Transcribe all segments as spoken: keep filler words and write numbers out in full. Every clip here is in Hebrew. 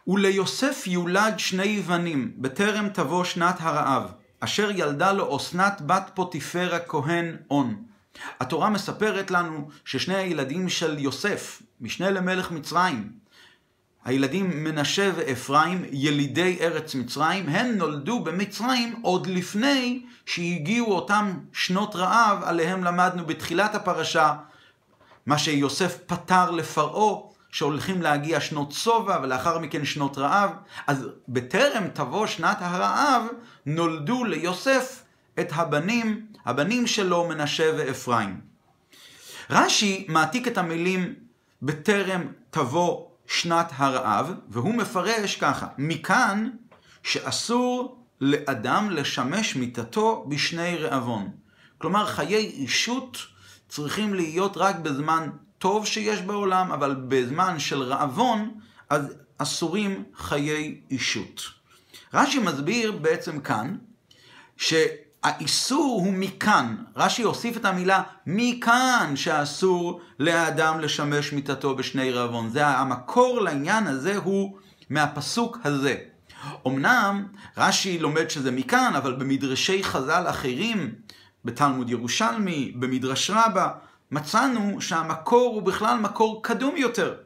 וליוסף יולד שני בנים, בטרם תבוא שנת הרעב, אשר ילדה לו אסנת בת פוטיפר הכהן און. התורה מספרת לנו ששני הילדים של יוסף, משנה למלך מצרים, הילדים מנשה ואפרים, ילידי ארץ מצרים, הם נולדו במצרים עוד לפני שהגיעו אותם שנות רעב, עליהם למדנו בתחילת הפרשה, מה שיוסף פתר לפרעה, שהולכים להגיע שנות סובה ולאחר מכן שנות רעב. אז בטרם תבוא שנת הרעב, נולדו ליוסף את הבנים, הבנים שלו מנשה ואפרים. רש"י מעתיק את המילים בטרם תבוא שנת הרעב, והוא מפרש ככה: מכאן שאסור לאדם לשמש מיתתו בשני רעבון. כלומר, חיי אישות צריכים להיות רק בזמן טוב שיש בעולם, אבל בזמן של רעבון, אז אסורים חיי אישות. רש"י מסביר בעצם כאן, שהאיסור הוא מכאן. רש"י הוסיף את המילה מכאן שאסור לאדם לשמש מיתתו בשני רעבון. זה המקור לעניין הזה, הוא מהפסוק הזה. אמנם רש"י לומד שזה מכאן, אבל במדרשי חז"ל אחרים, בתלמוד ירושלמי, במדרש רבה, מצאנו שהמקור הוא בכלל מקור קדום יותר.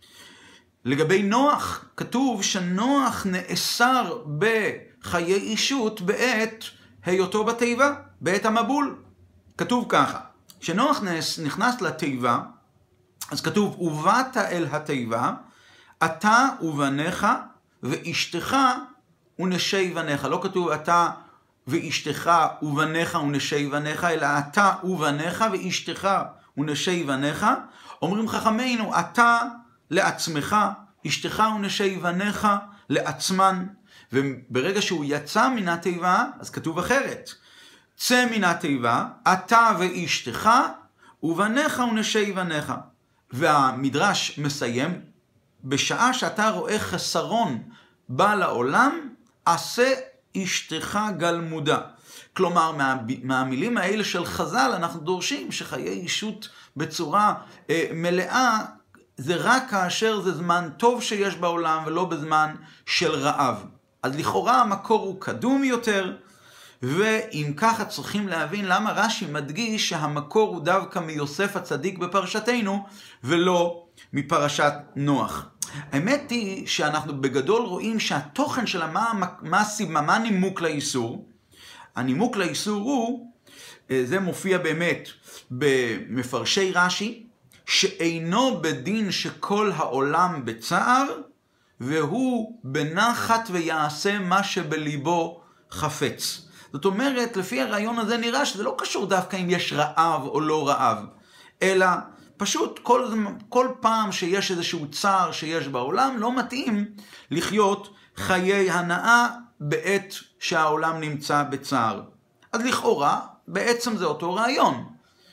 לגבי נוח, כתוב שנוח נאסר בחיי אישות בעת היותו בתיבה, בעת המבול. כתוב ככה, כשנוח נכנס לתיבה, אז כתוב, ובאת אל התיבה, אתה ובניך ואשתך ונשי בניך. לא כתוב אתה ואשתך ובניך ונשי בניך, אלא אתה ובניך ואשתך ונשי בניך. אומרים חכמינו, אתה לעצמך, אשתך ונשי בניך לעצמן. וברגע שהוא יצא מן התיבה, אז כתוב אחרת. צא מן התיבה, אתה ואשתך ובניך ונשי בניך. והמדרש מסיים, בשעה שאתה רואה חסרון בא לעולם, עשה אשתך גלמודה. כלומר, מה, מהמילים האלה של חז"ל אנחנו דורשים שחיי אישות בצורה אה, מלאה, זה רק כאשר זה זמן טוב שיש בעולם ולא בזמן של רעב. אז לכאורה המקור הוא קדום יותר, ואם ככה צריכים להבין למה רש"י מדגיש שהמקור הוא דווקא מיוסף הצדיק בפרשתנו, ולא מפרשת נוח. האמת היא שאנחנו בגדול רואים שהתוכן של מה, מה, מה, מה הנימוק לאיסור. הנימוק לאיסור הוא, זה מופיע באמת במפרשי רש"י, שאינו בדין שכל העולם בצער, והוא בנחת ויעשה מה שבליבו חפץ. זאת אומרת, לפי הרעיון הזה נראה שזה לא קשור דווקא אם יש רעב או לא רעב, אלא פשוט כל, כל פעם שיש איזשהו צער שיש בעולם, לא מתאים לחיות חיי הנאה בעת שהעולם נמצא בצער. אז לכאורה, בעצם זה אותו רעיון.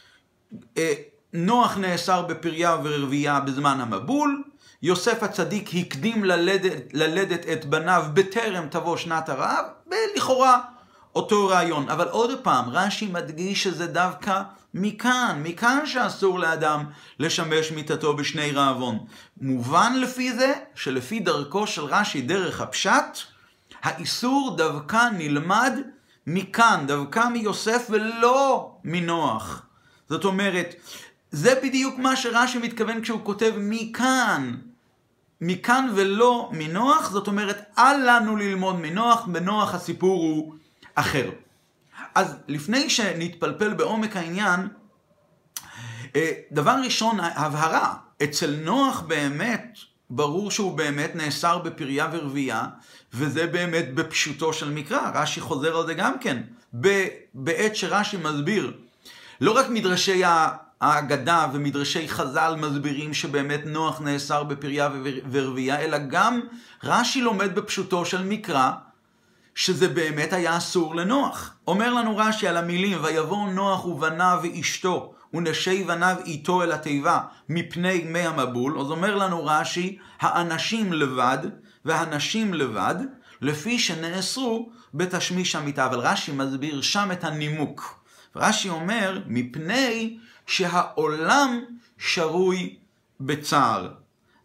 נוח נאסר בפריה ורבייה בזמן המבול, יוסף הצדיק הקדים ללדת, ללדת את בניו בטרם תבוא שנת הרעב, ולכאורה אותו רעיון. אבל עוד פעם, רש"י מדגיש שזה דווקא מכאן, מכאן שאסור לאדם לשמש מיתתו בשני רעבון. מובן לפי זה, שלפי דרכו של רש"י, דרך הפשט, האיסור דווקא נלמד מכאן, דווקא מיוסף ולא מנוח. זאת אומרת, זה בדיוק מה שרש"י מתכוון כשהוא כותב מכאן. מכאן ולא מנוח, זאת אומרת, אל לנו ללמוד מנוח, בנוח הסיפור הוא אחר. אז לפני שנתפלפל בעומק העניין, דבר ראשון, הבהרה, אצל נוח באמת, ברור שהוא באמת נאסר בפריה ורבייה, וזה באמת בפשוטו של מקרא, רש"י חוזר על זה גם כן, בעת שרש"י מסביר, לא רק מדרשי האגדה ומדרשי חז"ל מסבירים שבאמת נוח נאסר בפריה ורבייה, אלא גם רש"י לומד בפשוטו של מקרא, שזה באמת היה אסור לנוח. אומר לנו רש"י על המילים, ויבוא נוח ובניו ואשתו, ונשי בניו איתו אל התיבה, מפני מי המבול. אז אומר לנו רש"י, האנשים לבד, והנשים לבד, לפי שנאסרו בתשמיש המיטה. אבל רש"י מסביר שם את הנימוק. רש"י אומר, מפני שהעולם שרוי בצער.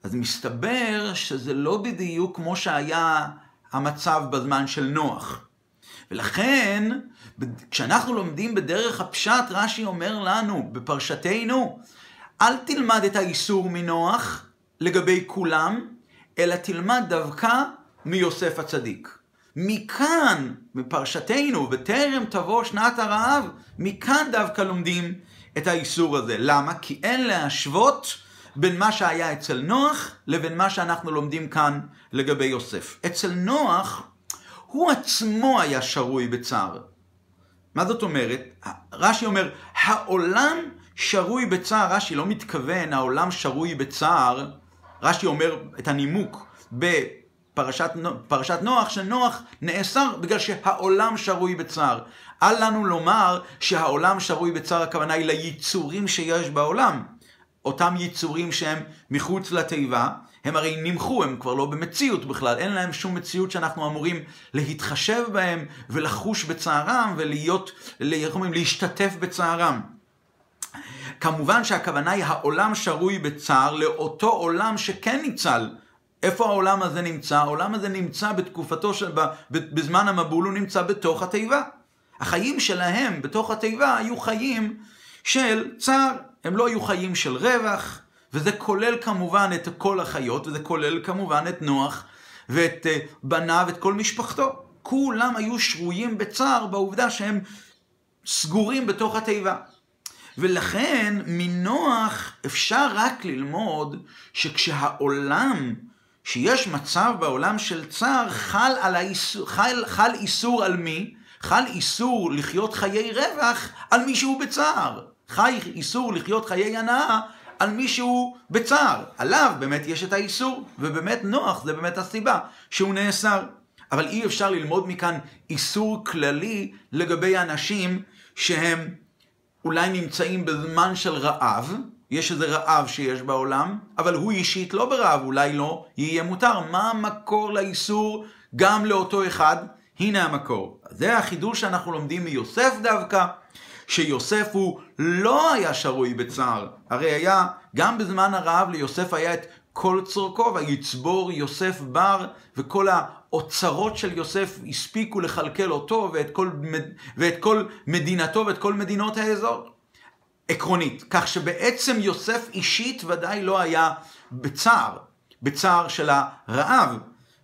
אז מסתבר שזה לא בדיוק כמו שהיה המצב בזמן של נוח. ולכן, כשאנחנו לומדים בדרך הפשט, רש"י אומר לנו בפרשתנו, אל תלמד את האיסור מנוח לגבי כולם, אלא תלמד דווקא מיוסף הצדיק. מכאן, בפרשתנו, בטרם תבוא שנת הרעב, מכאן דווקא לומדים את האיסור הזה. למה? כי אין להשוות בין מה שהיה אצל נוח לבין מה שאנחנו לומדים כאן לגבי יוסף. אצל נוח, הוא עצמו היה שרוי בצער. מה זאת אומרת? רש"י אומר, העולם שרוי בצער. רש"י לא מתכוון, העולם שרוי בצער. רש"י אומר את הנימוק בפרשת פרשת נוח, שנוח נאסר בגלל שהעולם שרוי בצער. אל לנו לומר שהעולם שרוי בצער, הכוונה היא ליצורים שיש בעולם. אותם יצורים שהם מחוץ לתיבה, הם הרי נמחו, הם כבר לא במציאות בכלל, אין להם שום מציאות שאנחנו אמורים להתחשב בהם ולחוש בצערם ולהיות, להשתתף בצערם. כמובן שהכוונה היא העולם שרוי בצער לאותו עולם שכן ניצל. איפה העולם הזה נמצא? העולם הזה נמצא בתקופתו של, בזמן המבול הוא נמצא בתוך התיבה. החיים שלהם בתוך התיבה היו חיים של צער, הם לא היו חיים של רווח, וזה כולל כמובן את כל החיות, וזה כולל כמובן את נוח ואת בניו ואת כל משפחתו. כולם היו שרויים בצער בעובדה שהם סגורים בתוך התיבה. ולכן מנוח אפשר רק ללמוד שכשהעולם, שיש מצב בעולם של צער, חל, על האיסור, חל, חל איסור על מי? חל איסור לחיות חיי רווח על מי שהוא בצער. חי איסור לחיות חיי הנאה על מי שהוא בצער. עליו באמת יש את האיסור, ובאמת נוח זה באמת הסיבה שהוא נאסר. אבל אי אפשר ללמוד מכאן איסור כללי לגבי אנשים שהם אולי נמצאים בזמן של רעב, יש איזה רעב שיש בעולם, אבל הוא אישית לא ברעב, אולי לא יהיה מותר. מה המקור לאיסור גם לאותו אחד? הנה המקור. זה החידוש שאנחנו לומדים מיוסף דווקא, שיוסף הוא לא היה שרוי בצער. הרי היה, גם בזמן הרעב ליוסף היה את כל צורכו, ויצבור יוסף בר, וכל האוצרות של יוסף הספיקו לכלכל אותו, ואת כל, ואת כל מדינתו, ואת כל מדינות האזור. עקרונית. כך שבעצם יוסף אישית ודאי לא היה בצער, בצער של הרעב.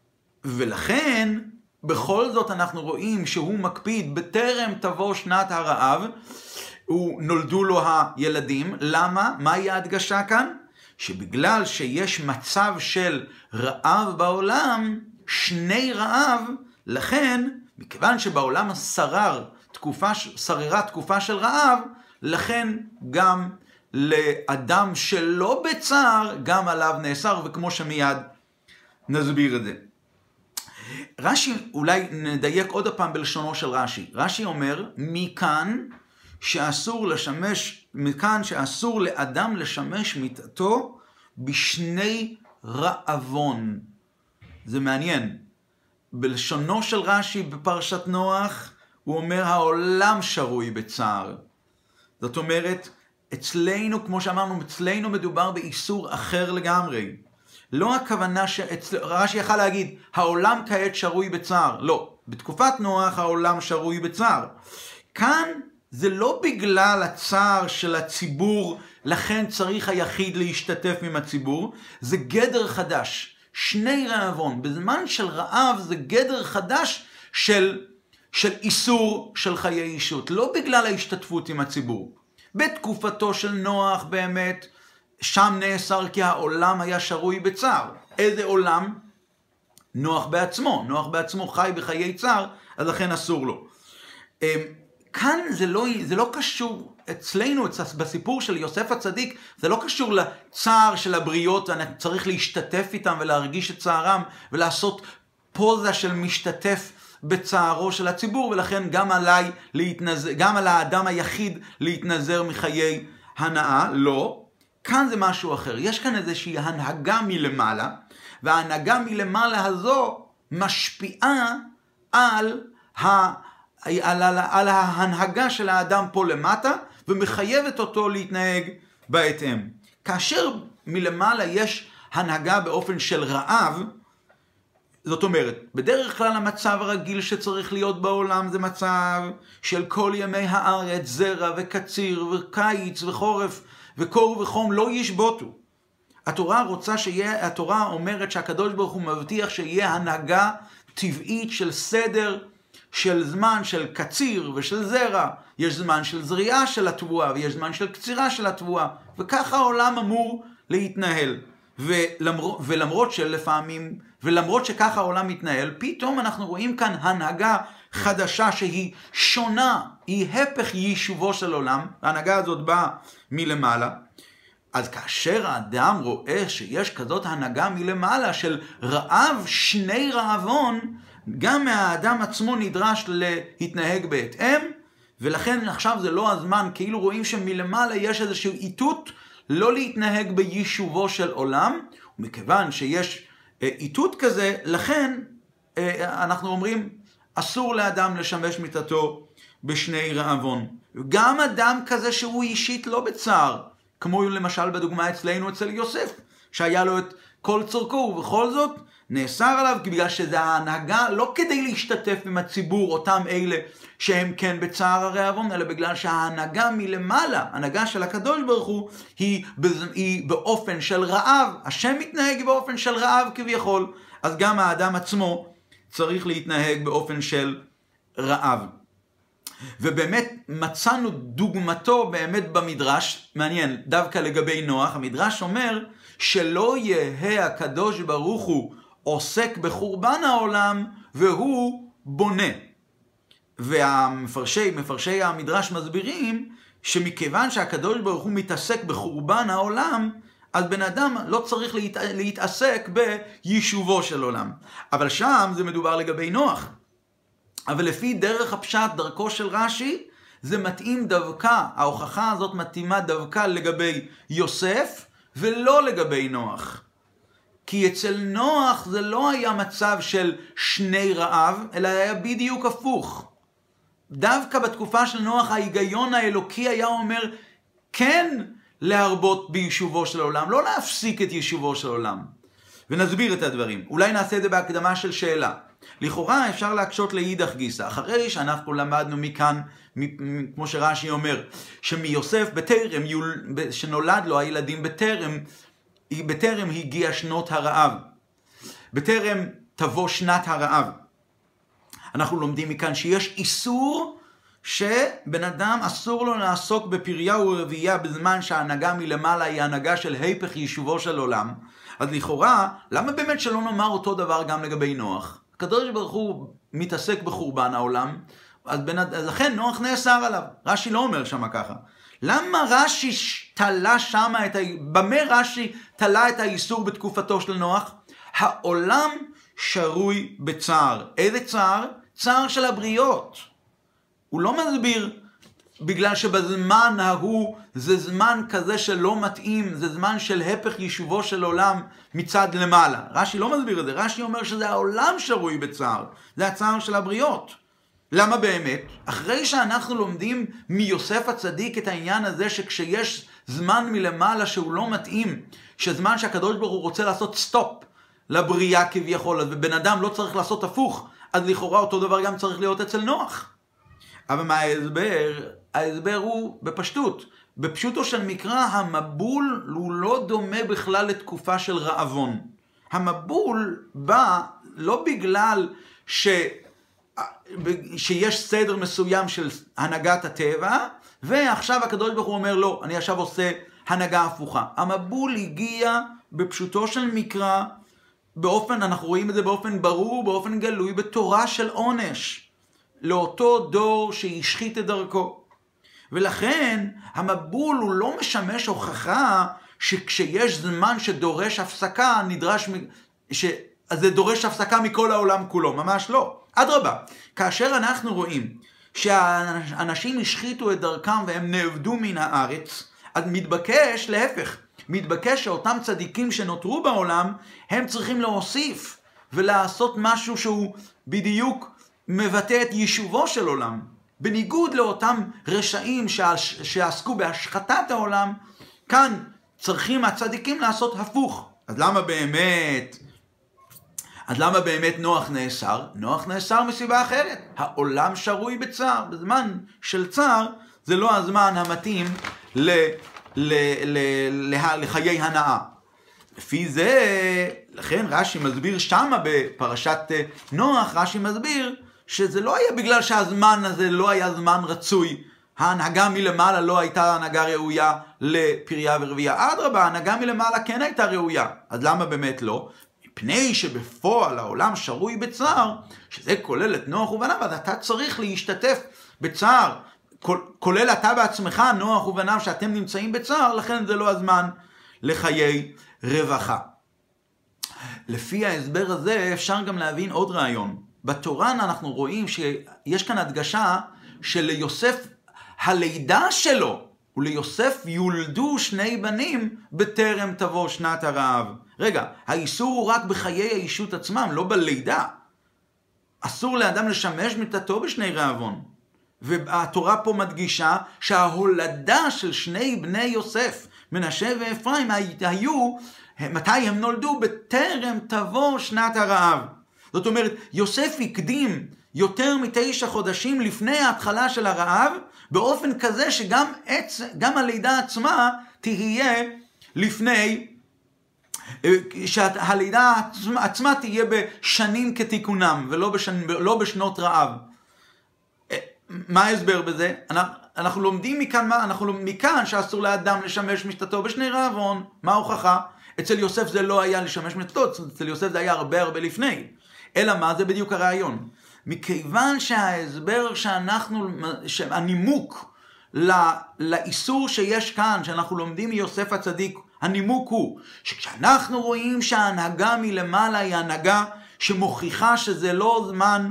ולכן, בכל זאת אנחנו רואים שהוא מקפיד, בטרם תבוא שנת הרעב, הוא נולדו לו הילדים. למה? מהי ההדגשה כאן? שבגלל שיש מצב של רעב בעולם, שני רעב, לכן, מכיוון שבעולם שרר תקופה, שררה תקופה של רעב, לכן גם לאדם שלא בצער, גם עליו נאסר, וכמו שמיד נסביר את זה. רש"י, אולי נדייק עוד הפעם בלשונו של רש"י. רש"י אומר, מכאן שאסור לשמש, מכאן שאסור לאדם לשמש מיתתו בשני רעבון. זה מעניין. בלשונו של רש"י בפרשת נוח, הוא אומר, העולם שרוי בצער. זאת אומרת, אצלנו, כמו שאמרנו, אצלנו מדובר באיסור אחר לגמרי. לא הכוונה שרש"י יכל להגיד, העולם כעת שרוי בצער. לא, בתקופת נוח העולם שרוי בצער. כאן זה לא בגלל הצער של הציבור, לכן צריך היחיד להשתתף עם הציבור, זה גדר חדש. שני רעבון, בזמן של רעב זה גדר חדש של, של איסור של חיי אישות, לא בגלל ההשתתפות עם הציבור. בתקופתו של נוח באמת, שם נאסר כי העולם היה שרוי בצער. איזה עולם? נוח בעצמו. נוח בעצמו חי בחיי צער, אז לכן אסור לו. כאן זה לא, זה לא קשור, אצלנו, בסיפור של יוסף הצדיק, זה לא קשור לצער של הבריות, אני צריך להשתתף איתם ולהרגיש את צערם, ולעשות פוזה של משתתף בצערו של הציבור, ולכן גם עליי להתנזר, גם על האדם היחיד להתנזר מחיי הנאה. לא. כאן זה משהו אחר. יש כאן איזושהי הנהגה מלמעלה, וההנהגה מלמעלה הזו משפיעה על, ה, על, על, על ההנהגה של האדם פה למטה, ומחייבת אותו להתנהג בהתאם. כאשר מלמעלה יש הנהגה באופן של רעב, זאת אומרת, בדרך כלל המצב הרגיל שצריך להיות בעולם זה מצב של כל ימי הארץ, זרע וקציר וקיץ וחורף וקור וחום לא ישבותו. התורה רוצה שיהיה, התורה אומרת שהקדוש ברוך הוא מבטיח שיהיה הנהגה טבעית של סדר, של זמן של קציר ושל זרע. יש זמן של זריעה של התבואה ויש זמן של קצירה של התבואה, וככה העולם אמור להתנהל. ולמרות, ולמרות שלפעמים, ולמרות שככה העולם מתנהל, פתאום אנחנו רואים כאן הנהגה חדשה שהיא שונה, היא הפך יישובו של עולם. ההנהגה הזאת באה מלמעלה. אז כאשר האדם רואה שיש כזאת הנהגה מלמעלה של רעב שני רעבון, גם מהאדם עצמו נדרש להתנהג בהתאם, ולכן עכשיו זה לא הזמן, כאילו רואים שמלמעלה יש איזשהו איתות לא להתנהג ביישובו של עולם, ומכיוון שיש איתות כזה, לכן אנחנו אומרים, אסור לאדם לשמש מיתתו בשני רעבון. גם אדם כזה שהוא אישית לא בצער, כמו למשל בדוגמה אצלנו אצל יוסף, שהיה לו את כל צורכו, ובכל זאת נאסר עליו, בגלל שזה ההנהגה לא כדי להשתתף עם הציבור, אותם אלה שהם כן בצער הרעבון, אלא בגלל שההנהגה מלמעלה, ההנהגה של הקדוש ברוך הוא, היא, היא באופן של רעב. השם מתנהג באופן של רעב כביכול, אז גם האדם עצמו צריך להתנהג באופן של רעב. ובאמת מצאנו דוגמתו באמת במדרש, מעניין, דווקא לגבי נוח, המדרש אומר שלא יהיה הקדוש ברוך הוא עוסק בחורבן העולם והוא בונה. והמפרשי, מפרשי המדרש מסבירים שמכיוון שהקדוש ברוך הוא מתעסק בחורבן העולם, אז בן אדם לא צריך להת... להתעסק ביישובו של עולם. אבל שם זה מדובר לגבי נוח. אבל לפי דרך הפשט, דרכו של רש"י, זה מתאים דווקא, ההוכחה הזאת מתאימה דווקא לגבי יוסף ולא לגבי נוח. כי אצל נוח זה לא היה מצב של שני רעב, אלא היה בדיוק הפוך. דווקא בתקופה של נוח ההיגיון האלוקי היה אומר כן להרבות ביישובו של עולם, לא להפסיק את יישובו של עולם. ונסביר את הדברים. אולי נעשה את זה בהקדמה של שאלה. לכאורה אפשר להקשות לאידך גיסא. אחרי שאנחנו למדנו מכאן, כמו שרש"י אומר, שמיוסף בטרם, שנולד לו הילדים בטרם, בטרם הגיע שנות הרעב. בטרם תבוא שנת הרעב. אנחנו לומדים מכאן שיש איסור שבן אדם אסור לו לעסוק בפריה ורבייה בזמן שההנהגה מלמעלה היא הנהגה של היפך יישובו של עולם. אז לכאורה, למה באמת שלא נאמר אותו דבר גם לגבי נוח? הקדוש ברוך הוא מתעסק בחורבן העולם, אז, בין, אז לכן נוח נאסר עליו. רש"י לא אומר שמה ככה. למה רש"י תלה שמה את ה... במה רש"י תלה את האיסור בתקופתו של נוח? העולם שרוי בצער. איזה צער? צער של הבריות. הוא לא מסביר בגלל שבזמן ההוא זה זמן כזה שלא מתאים, זה זמן של הפך יישובו של עולם מצד למעלה. רש"י לא מסביר את זה, רש"י אומר שזה העולם שרוי בצער, זה הצער של הבריות. למה באמת? אחרי שאנחנו לומדים מיוסף הצדיק את העניין הזה שכשיש זמן מלמעלה שהוא לא מתאים, שזמן שהקדוש ברוך הוא רוצה לעשות סטופ לבריאה כביכול, ובן אדם לא צריך לעשות הפוך, אז לכאורה אותו דבר גם צריך להיות אצל נוח. אבל מה ההסבר? ההסבר הוא בפשטות. בפשוטו של מקרא, המבול הוא לא דומה בכלל לתקופה של רעבון. המבול בא לא בגלל ש... שיש סדר מסוים של הנהגת הטבע, ועכשיו הקדוש ברוך הוא אומר לא, אני עכשיו עושה הנהגה הפוכה. המבול הגיע בפשוטו של מקרא, באופן, אנחנו רואים את זה באופן ברור, באופן גלוי, בתורה של עונש. לאותו דור שהשחית את דרכו. ולכן המבול הוא לא משמש הוכחה שכשיש זמן שדורש הפסקה, נדרש, ש... אז זה דורש הפסקה מכל העולם כולו, ממש לא. אדרבה, כאשר אנחנו רואים שהאנשים השחיתו את דרכם והם נאבדו מן הארץ, אז מתבקש להפך, מתבקש שאותם צדיקים שנותרו בעולם, הם צריכים להוסיף ולעשות משהו שהוא בדיוק מבטא את יישובו של עולם. בניגוד לאותם רשעים שעסקו בהשחתת העולם, כאן צריכים הצדיקים לעשות הפוך. אז למה באמת, אז למה באמת נוח נאסר? נוח נאסר מסיבה אחרת. העולם שרוי בצער. בזמן של צער זה לא הזמן המתאים ל, ל, ל, ל, לחיי הנאה. לפי זה, לכן רש"י מסביר שמה בפרשת נוח, רש"י מסביר שזה לא היה בגלל שהזמן הזה לא היה זמן רצוי. ההנהגה מלמעלה לא הייתה הנהגה ראויה לפריה ורבייה. אדרבה, ההנהגה מלמעלה כן הייתה ראויה. אז למה באמת לא? מפני שבפועל העולם שרוי בצער, שזה כולל את נוח ובניו, אז אתה צריך להשתתף בצער. כולל אתה בעצמך, נוח ובניו, שאתם נמצאים בצער, לכן זה לא הזמן לחיי רווחה. לפי ההסבר הזה אפשר גם להבין עוד רעיון. בתורה אנחנו רואים שיש כאן הדגשה שליוסף הלידה שלו, וליוסף יולדו שני בנים בטרם תבוא שנת הרעב. רגע, האיסור הוא רק בחיי האישות עצמם, לא בלידה. אסור לאדם לשמש מיתתו בשני רעבון. והתורה פה מדגישה שההולדה של שני בני יוסף, מנשה ואפרים, היו, מתי הם נולדו? בטרם תבוא שנת הרעב. זאת אומרת, יוסף הקדים יותר מתשע חודשים לפני ההתחלה של הרעב, באופן כזה שגם עצ... גם הלידה עצמה תהיה לפני, שהלידה עצמה, עצמה תהיה בשנים כתיקונם, ולא בשנ... לא בשנות רעב. מה ההסבר בזה? אנחנו, אנחנו לומדים מכאן, מה? אנחנו לומדים מכאן שאסור לאדם לשמש משתתו בשני רעבון. מה ההוכחה? אצל יוסף זה לא היה לשמש משתתו, אצל יוסף זה היה הרבה הרבה לפני. אלא מה? זה בדיוק הרעיון. מכיוון שההסבר שאנחנו, שהנימוק לא, לאיסור שיש כאן, שאנחנו לומדים מיוסף הצדיק, הנימוק הוא שכשאנחנו רואים שההנהגה מלמעלה היא הנהגה שמוכיחה שזה לא זמן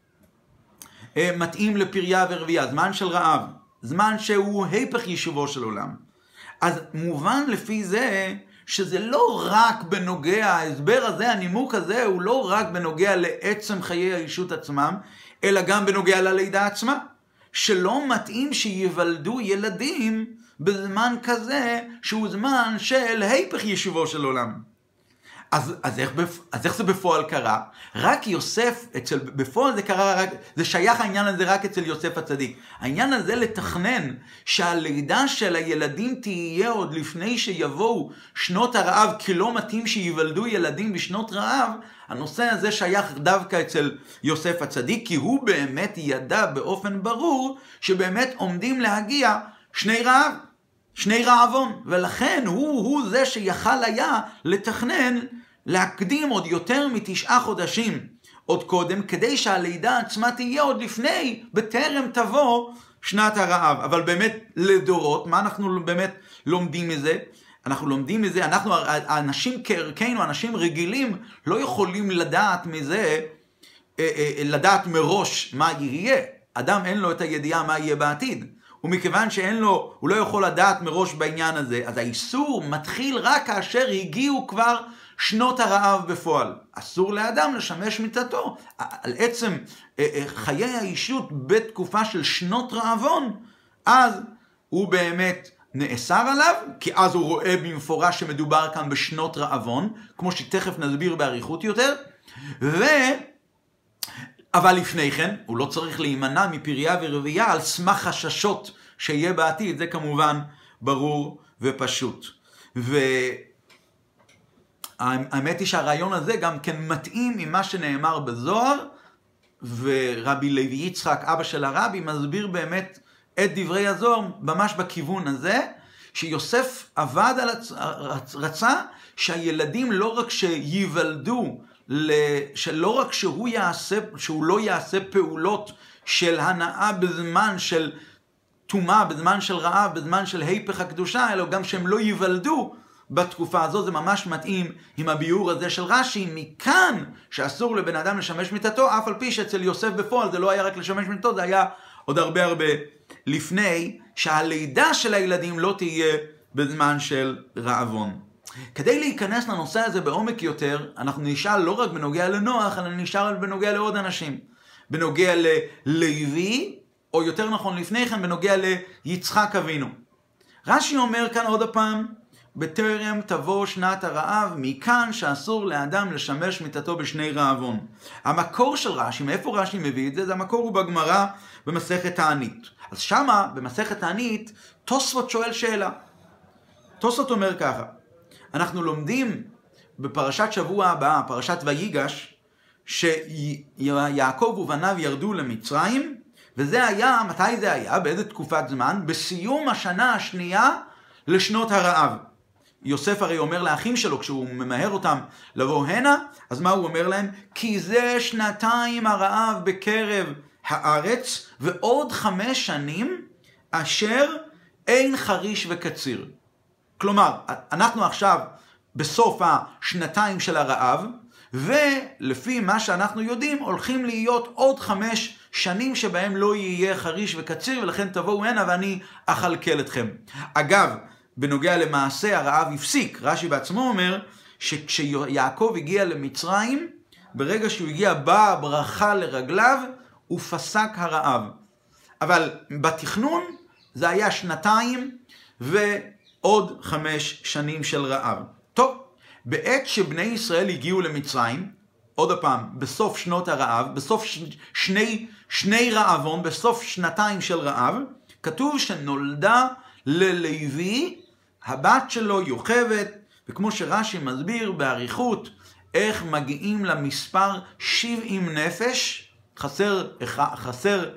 אה, מתאים לפריה ורבייה, זמן של רעב, זמן שהוא היפך יישובו של עולם. אז מובן לפי זה שזה לא רק בנוגע, ההסבר הזה, הנימוק הזה, הוא לא רק בנוגע לעצם חיי האישות עצמם, אלא גם בנוגע ללידה עצמה. שלא מתאים שיוולדו ילדים בזמן כזה, שהוא זמן של היפך יישובו של עולם. אז, אז, איך, אז איך זה בפועל קרה? רק יוסף, אצל, בפועל זה קרה, רק, זה שייך העניין הזה רק אצל יוסף הצדיק. העניין הזה לתכנן שהלידה של הילדים תהיה עוד לפני שיבואו שנות הרעב, כי לא מתאים שיוולדו ילדים בשנות רעב, הנושא הזה שייך דווקא אצל יוסף הצדיק, כי הוא באמת ידע באופן ברור שבאמת עומדים להגיע שני רעב, שני רעבון, ולכן הוא, הוא זה שיכל היה לתכנן, להקדים עוד יותר מתשעה חודשים עוד קודם, כדי שהלידה עצמה תהיה עוד לפני, בטרם תבוא שנת הרעב. אבל באמת לדורות, מה אנחנו באמת לומדים מזה? אנחנו לומדים מזה, אנחנו, האנשים כערכנו, אנשים רגילים, לא יכולים לדעת מזה, לדעת מראש מה יהיה. אדם אין לו את הידיעה מה יהיה בעתיד. ומכיוון שאין לו, הוא לא יכול לדעת מראש בעניין הזה, אז האיסור מתחיל רק כאשר הגיעו כבר שנות הרעב בפועל. אסור לאדם לשמש מיתתו. על עצם חיי האישות בתקופה של שנות רעבון, אז הוא באמת נאסר עליו, כי אז הוא רואה במפורש שמדובר כאן בשנות רעבון, כמו שתכף נסביר באריכות יותר, ו... אבל לפני כן, הוא לא צריך להימנע מפריה ורבייה על סמך חששות שיהיה בעתיד, זה כמובן ברור ופשוט. והאמת היא שהרעיון הזה גם כן מתאים עם מה שנאמר בזוהר, ורבי לוי יצחק, אבא של הרבי, מסביר באמת את דברי הזוהר, ממש בכיוון הזה, שיוסף עבד על הצ... רצה שהילדים לא רק שיוולדו, שלא רק שהוא יעשה, שהוא לא יעשה פעולות של הנאה בזמן של תומה, בזמן של רעב, בזמן של היפך הקדושה, אלא גם שהם לא ייוולדו בתקופה הזו. זה ממש מתאים עם הביאור הזה של רש"י, מכאן שאסור לבן אדם לשמש מיתתו, אף על פי שאצל יוסף בפועל זה לא היה רק לשמש מיתתו, זה היה עוד הרבה הרבה לפני, שהלידה של הילדים לא תהיה בזמן של רעבון. כדי להיכנס לנושא הזה בעומק יותר, אנחנו נשאל לא רק בנוגע לנוח, אלא נשאל בנוגע לעוד אנשים. בנוגע ללוי, או יותר נכון לפני כן, בנוגע ליצחק אבינו. רש"י אומר כאן עוד הפעם, בטרם תבוא שנת הרעב, מכאן שאסור לאדם לשמש מיתתו בשני רעבון. המקור של רש"י, מאיפה רש"י מביא את זה? זה המקור הוא בגמרא במסכת תענית. אז שמה, במסכת תענית, תוספות שואל שאלה. תוספות אומר ככה, אנחנו לומדים בפרשת שבוע הבאה, פרשת ויגש, שיעקב ובניו ירדו למצרים, וזה היה, מתי זה היה? באיזה תקופת זמן? בסיום השנה השנייה לשנות הרעב. יוסף הרי אומר לאחים שלו, כשהוא ממהר אותם לבוא הנה, אז מה הוא אומר להם? כי זה שנתיים הרעב בקרב הארץ, ועוד חמש שנים אשר אין חריש וקציר. כלומר, אנחנו עכשיו בסוף השנתיים של הרעב, ולפי מה שאנחנו יודעים, הולכים להיות עוד חמש שנים שבהם לא יהיה חריש וקציר, ולכן תבואו הנה ואני אכלכל אתכם. אגב, בנוגע למעשה הרעב הפסיק. רש"י בעצמו אומר שכשיעקב הגיע למצרים, ברגע שהוא הגיע באה הברכה לרגליו, הוא פסק הרעב. אבל בתכנון זה היה שנתיים ועוד חמש שנים של רעב. טוב, בעת שבני ישראל הגיעו למצרים, עוד פעם, בסוף שנות הרעב, בסוף שני, שני רעבון, בסוף שנתיים של רעב, כתוב שנולדה ללוי הבת שלו יוכבד, וכמו שרש"י מסביר באריכות איך מגיעים למספר שבעים נפש, חסר, חסר,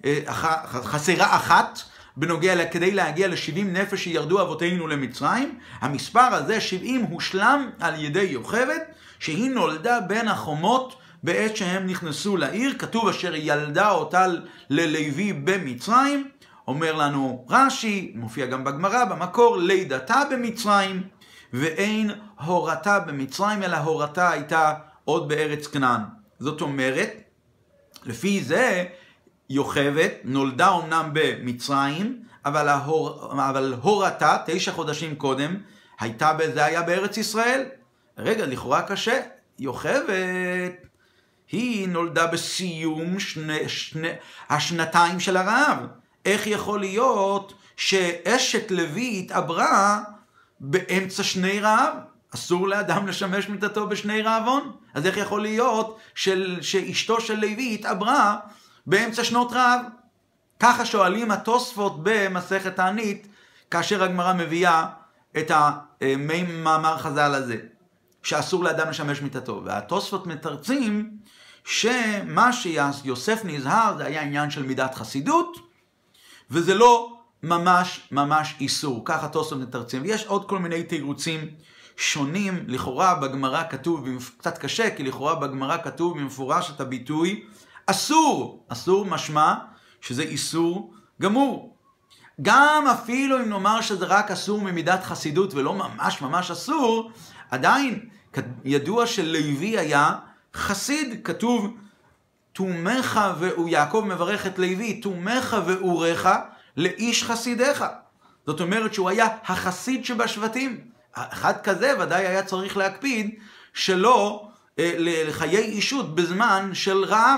חסרה אחת, בנוגע כדי להגיע ל-שבעים נפש שירדו אבותינו למצרים. המספר הזה, שבעים, הושלם על ידי יוכבד, שהיא נולדה בין החומות בעת שהם נכנסו לעיר. כתוב אשר ילדה אותה ללוי במצרים. אומר לנו רש"י, מופיע גם בגמרא, במקור, לידתה במצרים, ואין הורתה במצרים, אלא הורתה הייתה עוד בארץ כנען. זאת אומרת, לפי זה, יוכבד נולדה אומנם במצרים, אבל, ההור, אבל הורתה, תשע חודשים קודם, הייתה, זה היה בארץ ישראל. רגע, לכאורה קשה. יוכבד, היא נולדה בסיום שני, שני, השנתיים של הרעב. איך יכול להיות שאשת לוי התעברה באמצע שני רעב? אסור לאדם לשמש מיתתו בשני רעבון. אז איך יכול להיות של, שאשתו של לוי התעברה באמצע שנות רעב? ככה שואלים התוספות במסכת תענית, כאשר הגמרא מביאה את המאמר חז"ל הזה, שאסור לאדם לשמש מיתתו. והתוספות מתרצים שמה שיוסף נזהר זה היה עניין של מידת חסידות, וזה לא ממש ממש איסור. ככה תוספות מתרצים. ויש עוד כל מיני תירוצים שונים. לכאורה בגמרא כתוב, קצת קשה, כי לכאורה בגמרא כתוב במפורש את הביטוי אסור. אסור משמע שזה איסור גמור. גם אפילו אם נאמר שזה רק אסור ממידת חסידות ולא ממש ממש אסור, עדיין ידוע שלוי היה חסיד. כתוב תומך והוא, יעקב מברך את לוי, תומך ואורך לאיש חסידך. זאת אומרת שהוא היה החסיד שבשבטים. אחד כזה ודאי היה צריך להקפיד שלא אה, לחיי אישות בזמן של רעב.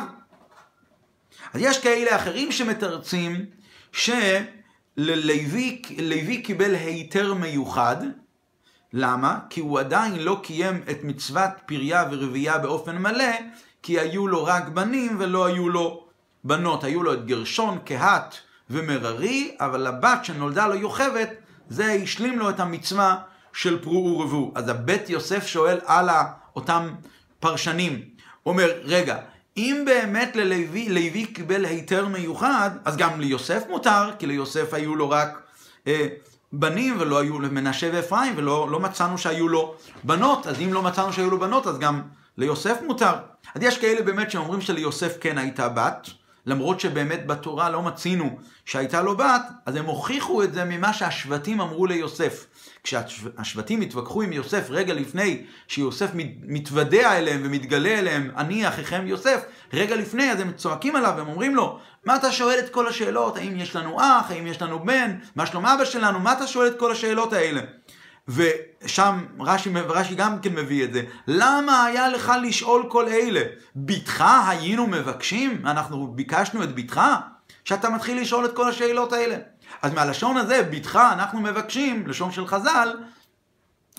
אז יש כאלה אחרים שמתרצים שללוי לוי קיבל היתר מיוחד. למה? כי הוא עדיין לא קיים את מצוות פריה ורבייה באופן מלא, כי היו לו רק בנים ולא היו לו בנות. היו לו את גרשון, קהת ומררי, אבל הבת שנולדה לו יוכבד, זה השלים לו את המצווה של פרו ורבו. אז הבית יוסף שואל על אותם פרשנים, אומר, רגע, אם באמת ללוי, לוי קיבל היתר מיוחד, אז גם ליוסף מותר, כי ליוסף היו לו רק אה, בנים, ולא היו למנשה ואפרים, ולא לא מצאנו שהיו לו בנות. אז אם לא מצאנו שהיו לו בנות, אז גם ליוסף מותר. אז יש כאלה באמת שאומרים שליוסף כן הייתה בת, למרות שבאמת בתורה לא מצינו שהייתה לו בת, אז הם הוכיחו את זה ממה שהשבטים אמרו ליוסף. כשהשבטים התווכחו עם יוסף רגע לפני שיוסף מתוודע אליהם ומתגלה אליהם, אני אחיכם יוסף, רגע לפני, אז הם צועקים עליו והם אומרים לו, מה אתה שואל את כל השאלות? האם יש לנו אח? האם יש לנו בן? מה שלום אבא שלנו? מה אתה שואל את כל השאלות האלה? ושם רש"י, רש"י גם כן מביא את זה. למה היה לך לשאול כל אלה? ביתך היינו מבקשים? אנחנו ביקשנו את ביתך? שאתה מתחיל לשאול את כל השאלות האלה. אז מהלשון הזה, ביתך אנחנו מבקשים, לשון של חז"ל,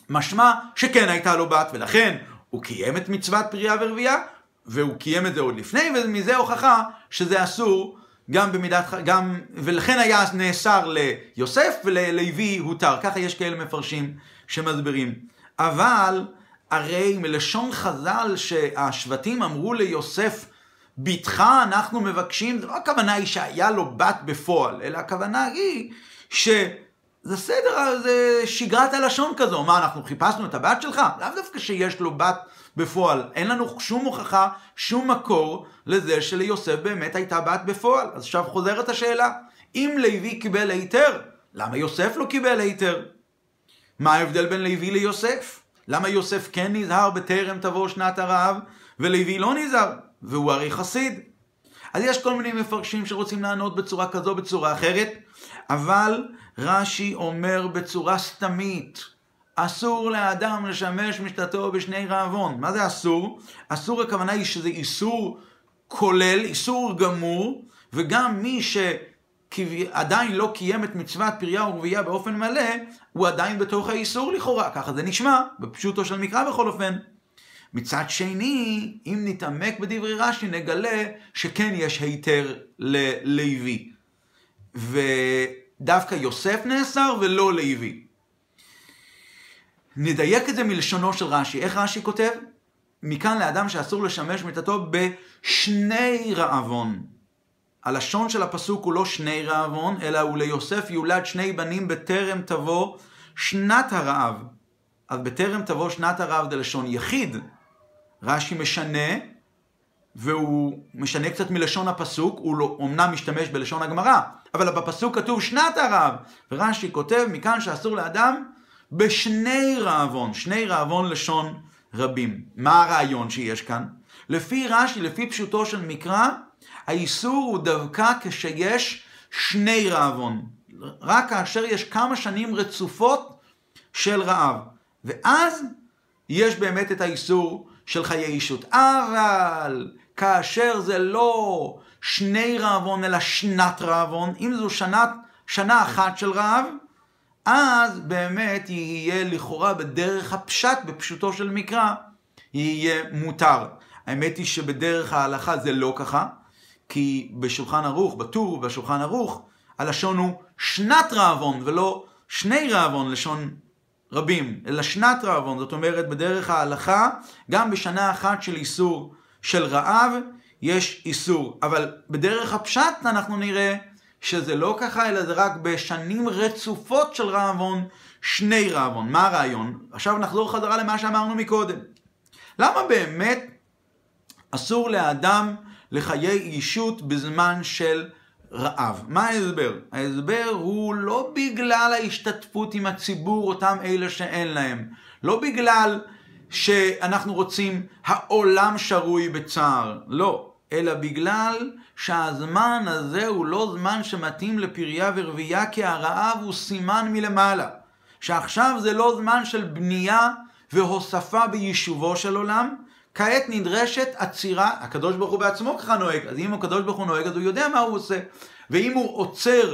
משמע שכן הייתה לו בת, ולכן הוא קיים את מצוות פריה ורבייה, והוא קיים את זה עוד לפני, ומזה הוכחה שזה אסור גם במידת, גם, ולכן היה נאסר ליוסף וללוי הותר. ככה יש כאלה מפרשים שמסבירים. אבל הרי מלשון חז"ל שהשבטים אמרו ליוסף, ביתך אנחנו מבקשים, זה לא הכוונה היא שהיה לו בת בפועל, אלא הכוונה היא שזה סדר, זה שגרת הלשון כזו. מה, אנחנו חיפשנו את הבת שלך? לאו דווקא שיש לו בת בפועל. אין לנו שום הוכחה, שום מקור לזה שליוסף באמת הייתה בת בפועל. אז עכשיו חוזרת השאלה, אם לוי קיבל היתר, למה יוסף לא קיבל היתר? מה ההבדל בין לוי ליוסף? למה יוסף כן נזהר בטרם תבוא שנת הרעב, ולוי לא נזהר? והוא הרי חסיד. אז יש כל מיני מפרשים שרוצים לענות בצורה כזו, בצורה אחרת, אבל רש"י אומר בצורה סתמית, אסור לאדם לשמש משתתו בשני רעבון. מה זה אסור? אסור הכוונה היא שזה איסור כולל, איסור גמור, וגם מי שעדיין לא קיים את מצוות פריה ורבייה באופן מלא, הוא עדיין בתוך האיסור לכאורה. ככה זה נשמע, בפשוטו של מקרא בכל אופן. מצד שני, אם נתעמק בדברי רש"י, נגלה שכן יש היתר ללוי. ודווקא יוסף נאסר ולא לוי. נדייק את זה מלשונו של רש"י. איך רש"י כותב? מכאן לאדם שאסור לשמש מיתתו בשני רעבון. הלשון של הפסוק הוא לא שני רעבון, אלא הוא ליוסף יולד שני בנים בטרם תבוא שנת הרעב. אז בטרם תבוא שנת הרעב זה לשון יחיד. רש"י משנה, והוא משנה קצת מלשון הפסוק, הוא לא, אומנם משתמש בלשון הגמרא, אבל בפסוק כתוב שנת הרעב, ורש"י כותב מכאן שאסור לאדם בשני רעבון, שני רעבון לשון רבים. מה הרעיון שיש כאן? לפי רש"י, לפי פשוטו של מקרא, האיסור הוא דווקא כשיש שני רעבון, רק כאשר יש כמה שנים רצופות של רעב, ואז יש באמת את האיסור של חיי אישות. אבל כאשר זה לא שני רעבון אלא שנת רעבון, אם זו שנת, שנה אחת של רעב, אז באמת יהיה לכאורה בדרך הפשט, בפשוטו של מקרא, יהיה מותר. האמת היא שבדרך ההלכה זה לא ככה, כי בשולחן ערוך, בטור בשולחן ערוך, הלשון הוא שנת רעבון ולא שני רעבון לשון רבים, אלא שנת רעבון. זאת אומרת, בדרך ההלכה, גם בשנה אחת של איסור של רעב, יש איסור. אבל בדרך הפשט אנחנו נראה שזה לא ככה, אלא זה רק בשנים רצופות של רעבון, שני רעבון. מה הרעיון? עכשיו נחזור חזרה למה שאמרנו מקודם. למה באמת אסור לאדם לחיי אישות בזמן של רעב? מה ההסבר? ההסבר הוא לא בגלל ההשתתפות עם הציבור, אותם אלה שאין להם. לא בגלל שאנחנו רוצים העולם שרוי בצער. לא. אלא בגלל שהזמן הזה הוא לא זמן שמתאים לפריה ורבייה, כי הרעב הוא סימן מלמעלה. שעכשיו זה לא זמן של בנייה והוספה ביישובו של עולם, כעת נדרשת עצירה. הקדוש ברוך הוא בעצמו ככה נוהג, אז אם הקדוש ברוך הוא נוהג אז הוא יודע מה הוא עושה, ואם הוא עוצר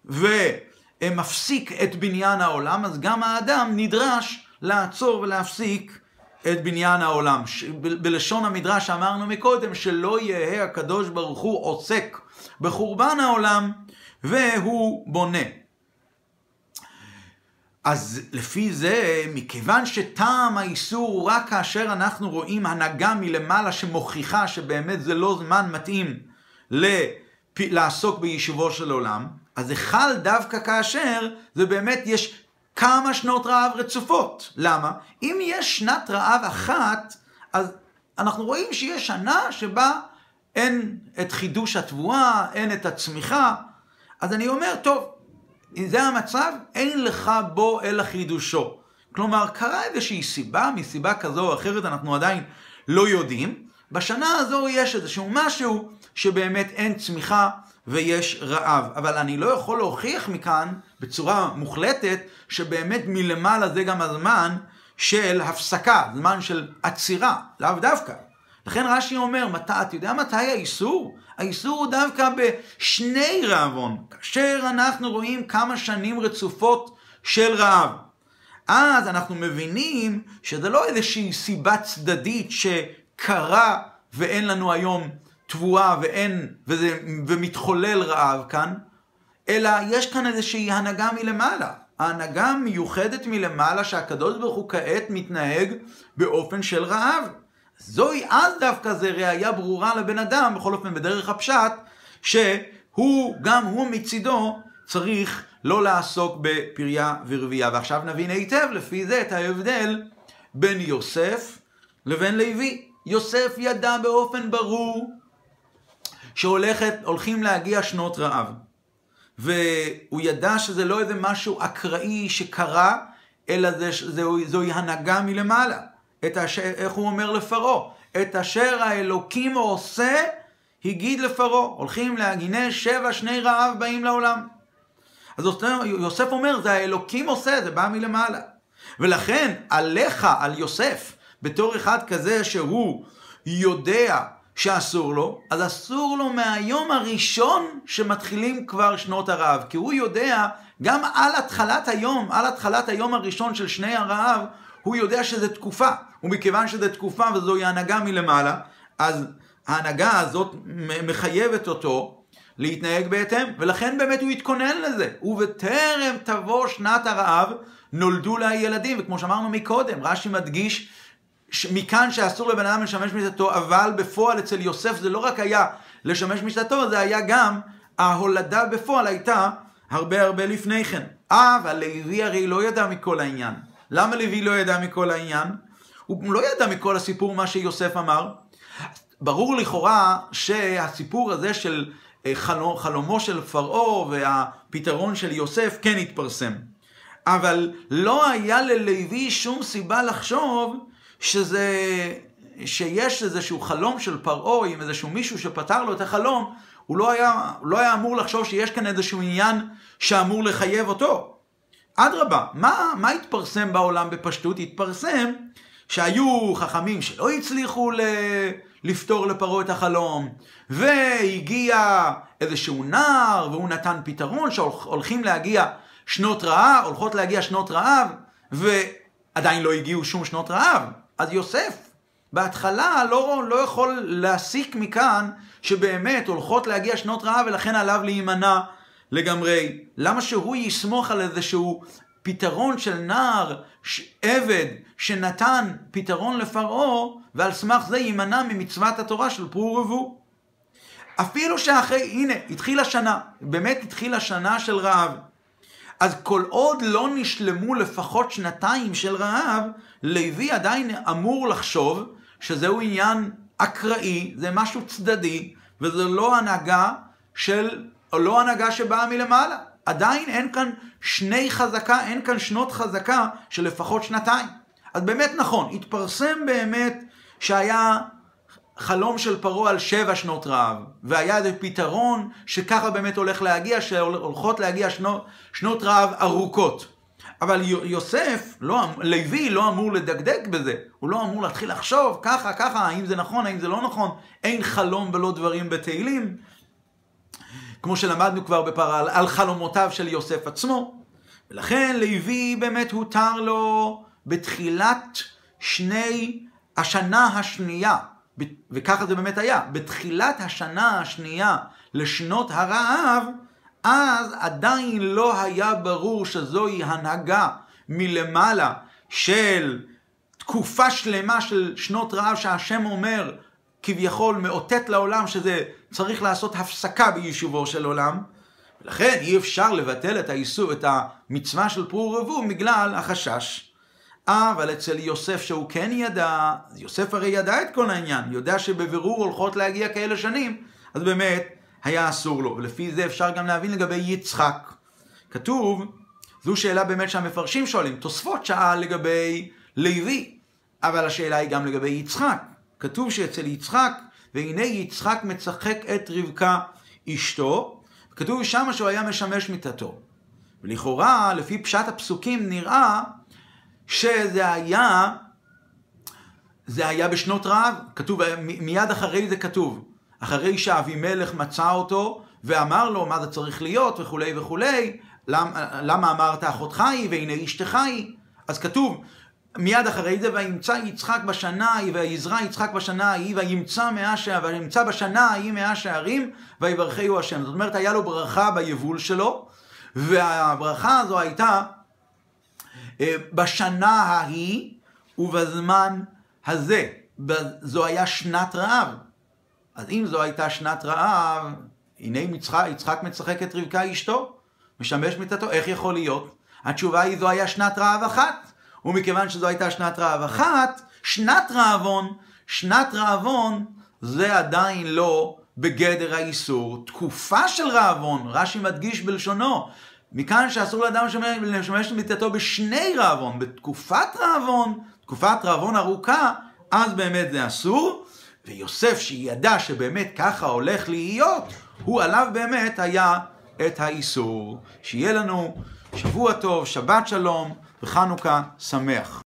ומפסיק את בניין העולם, אז גם האדם נדרש לעצור ולהפסיק את בניין העולם. ב- בלשון המדרש שאמרנו מקודם, שלא יהיה הקדוש ברוך הוא עוסק בחורבן העולם והוא בונה. אז לפי זה, מכיוון שטעם האיסור הוא רק כאשר אנחנו רואים הנהגה מלמעלה שמוכיחה שבאמת זה לא זמן מתאים לפ... לעסוק ביישובו של עולם, אז זה חל דווקא כאשר זה באמת יש כמה שנות רעב רצופות. למה? אם יש שנת רעב אחת, אז אנחנו רואים שיש שנה שבה אין את חידוש התבואה, אין את הצמיחה. אז אני אומר, טוב, אם זה המצב, אין לך בו אלא חידושו. כלומר, קרה איזושהי סיבה, מסיבה כזו או אחרת, אנחנו עדיין לא יודעים. בשנה הזו יש איזשהו משהו שבאמת אין צמיחה ויש רעב. אבל אני לא יכול להוכיח מכאן בצורה מוחלטת שבאמת מלמעלה זה גם הזמן של הפסקה, זמן של עצירה, לאו דווקא. לכן רש"י אומר, מתי, אתה יודע מתי האיסור? האיסור הוא דווקא בשני רעבון, כאשר אנחנו רואים כמה שנים רצופות של רעב. אז אנחנו מבינים שזה לא איזושהי סיבה צדדית שקרה ואין לנו היום תבואה ואין, וזה, ומתחולל רעב כאן, אלא יש כאן איזושהי הנהגה מלמעלה. ההנהגה מיוחדת מלמעלה שהקדוש ברוך הוא כעת מתנהג באופן של רעב. זוהי אז דווקא זה ראיה ברורה לבן אדם, בכל אופן בדרך הפשט, שהוא, גם הוא מצידו, צריך לא לעסוק בפריה ורבייה. ועכשיו נבין היטב לפי זה את ההבדל בין יוסף לבין לוי. יוסף ידע באופן ברור שהולכים להגיע שנות רעב. והוא ידע שזה לא איזה משהו אקראי שקרה, אלא זה, זה, זוהי הנהגה מלמעלה. את אשר, איך הוא אומר לפרעה? את אשר האלוקים עושה, הגיד לפרעה. הולכים להגיני שבע שני רעב באים לעולם. אז יוסף אומר, זה האלוקים עושה, זה בא מלמעלה. ולכן עליך, על יוסף, בתור אחד כזה שהוא יודע שאסור לו, אז אסור לו מהיום הראשון שמתחילים כבר שנות הרעב. כי הוא יודע, גם על התחלת היום, על התחלת היום הראשון של שני הרעב, הוא יודע שזה תקופה. ומכיוון שזה תקופה וזוהי הנהגה מלמעלה, אז ההנהגה הזאת מחייבת אותו להתנהג בהתאם, ולכן באמת הוא התכונן לזה. ובטרם תבוא שנת הרעב, נולדו לה ילדים, וכמו שאמרנו מקודם, רש"י מדגיש, מכאן שאסור לבן אדם לשמש משתתו, אבל בפועל אצל יוסף זה לא רק היה לשמש משתתו, זה היה גם, ההולדה בפועל הייתה הרבה הרבה לפני כן. אבל לוי הרי לא ידע מכל העניין. למה לוי לא ידע מכל העניין? הוא לא ידע מכל הסיפור מה שיוסף אמר. ברור לכאורה שהסיפור הזה של חלום, חלומו של פרעה והפתרון של יוסף כן התפרסם. אבל לא היה ללוי שום סיבה לחשוב שזה, שיש איזשהו חלום של פרעה עם איזשהו מישהו שפתר לו את החלום. הוא לא היה, לא היה אמור לחשוב שיש כאן איזשהו עניין שאמור לחייב אותו. אדרבה, מה, מה התפרסם בעולם בפשטות? התפרסם שהיו חכמים שלא הצליחו ל... לפתור לפרעה את החלום, והגיע איזשהו נער, והוא נתן פתרון שהולכים להגיע שנות רעב, הולכות להגיע שנות רעב, ועדיין לא הגיעו שום שנות רעב. אז יוסף בהתחלה לא, לא יכול להסיק מכאן שבאמת הולכות להגיע שנות רעב, ולכן עליו להימנע לגמרי. למה שהוא יסמוך על איזשהו פתרון של נער, עבד, שנתן פתרון לפרעה, ועל סמך זה יימנע ממצוות התורה של פרו ורבו? אפילו שאחרי, הנה, התחילה שנה, באמת התחילה שנה של רעב. אז כל עוד לא נשלמו לפחות שנתיים של רעב, לוי עדיין אמור לחשוב שזהו עניין אקראי, זה משהו צדדי, וזה לא הנהגה של, או לא הנהגה שבאה מלמעלה. עדיין אין כאן שני חזקה, אין כאן שנות חזקה של לפחות שנתיים. אז באמת נכון, התפרסם באמת שהיה חלום של פרעה על שבע שנות רעב, והיה איזה פתרון שככה באמת הולך להגיע, שהולכות להגיע שנות, שנות רעב ארוכות. אבל יוסף, לא, לוי לא אמור לדקדק בזה, הוא לא אמור להתחיל לחשוב ככה, ככה, האם זה נכון, האם זה לא נכון, אין חלום ולא דברים בתהילים, כמו שלמדנו כבר בפרה, על חלומותיו של יוסף עצמו. ולכן לוי באמת הותר לו בתחילת שני השנה השנייה, וככה זה באמת היה, בתחילת השנה השנייה לשנות הרעב, אז עדיין לא היה ברור שזוהי הנהגה מלמעלה של תקופה שלמה של שנות רעב שהשם אומר, כביכול מאותת לעולם שזה צריך לעשות הפסקה ביישובו של עולם, ולכן אי אפשר לבטל את האיסור, את המצווה של פרו ורבו בגלל החשש. אבל אצל יוסף שהוא כן ידע, יוסף הרי ידע את כל העניין, יודע שבבירור הולכות להגיע כאלה שנים, אז באמת היה אסור לו. ולפי זה אפשר גם להבין לגבי יצחק. כתוב, זו שאלה באמת שהמפרשים שואלים, תוספות שאל לגבי לוי, אבל השאלה היא גם לגבי יצחק. כתוב שאצל יצחק, והנה יצחק מצחק את רבקה אשתו, כתוב שם שהוא היה משמש מיתתו. ולכאורה, לפי פשט הפסוקים נראה, שזה היה, זה היה בשנות רעב, כתוב, מיד אחרי זה כתוב, אחרי שאבימלך מצא אותו, ואמר לו מה זה צריך להיות וכו' וכו', למה, למה אמרת אחותך היא והנה אשתך היא, אז כתוב מיד אחרי זה, וימצא יצחק בשנה ההיא, ויזרע יצחק בשנה ההיא, וימצא מאה שערים, וימצא בשנה ההיא מאה שערים, ויברכהו השם. זאת אומרת, היה לו ברכה ביבול שלו, והברכה הזו הייתה בשנה ההיא ובזמן הזה. זו היה שנת רעב. אז אם זו הייתה שנת רעב, הנה יצחק, יצחק מצחק את רבקה אשתו, משמש מיתתו, איך יכול להיות? התשובה היא, זו היה שנת רעב אחת. ומכיוון שזו הייתה שנת רעב אחת, שנת רעבון, שנת רעבון זה עדיין לא בגדר האיסור. תקופה של רעבון, רש"י מדגיש בלשונו, מכאן שאסור לאדם לשמש מיתתו בשני רעבון, בתקופת רעבון, תקופת רעבון ארוכה, אז באמת זה אסור. ויוסף שידע שבאמת ככה הולך להיות, הוא עליו באמת היה את האיסור. שיהיה לנו שבוע טוב, שבת שלום וחנוכה שמח.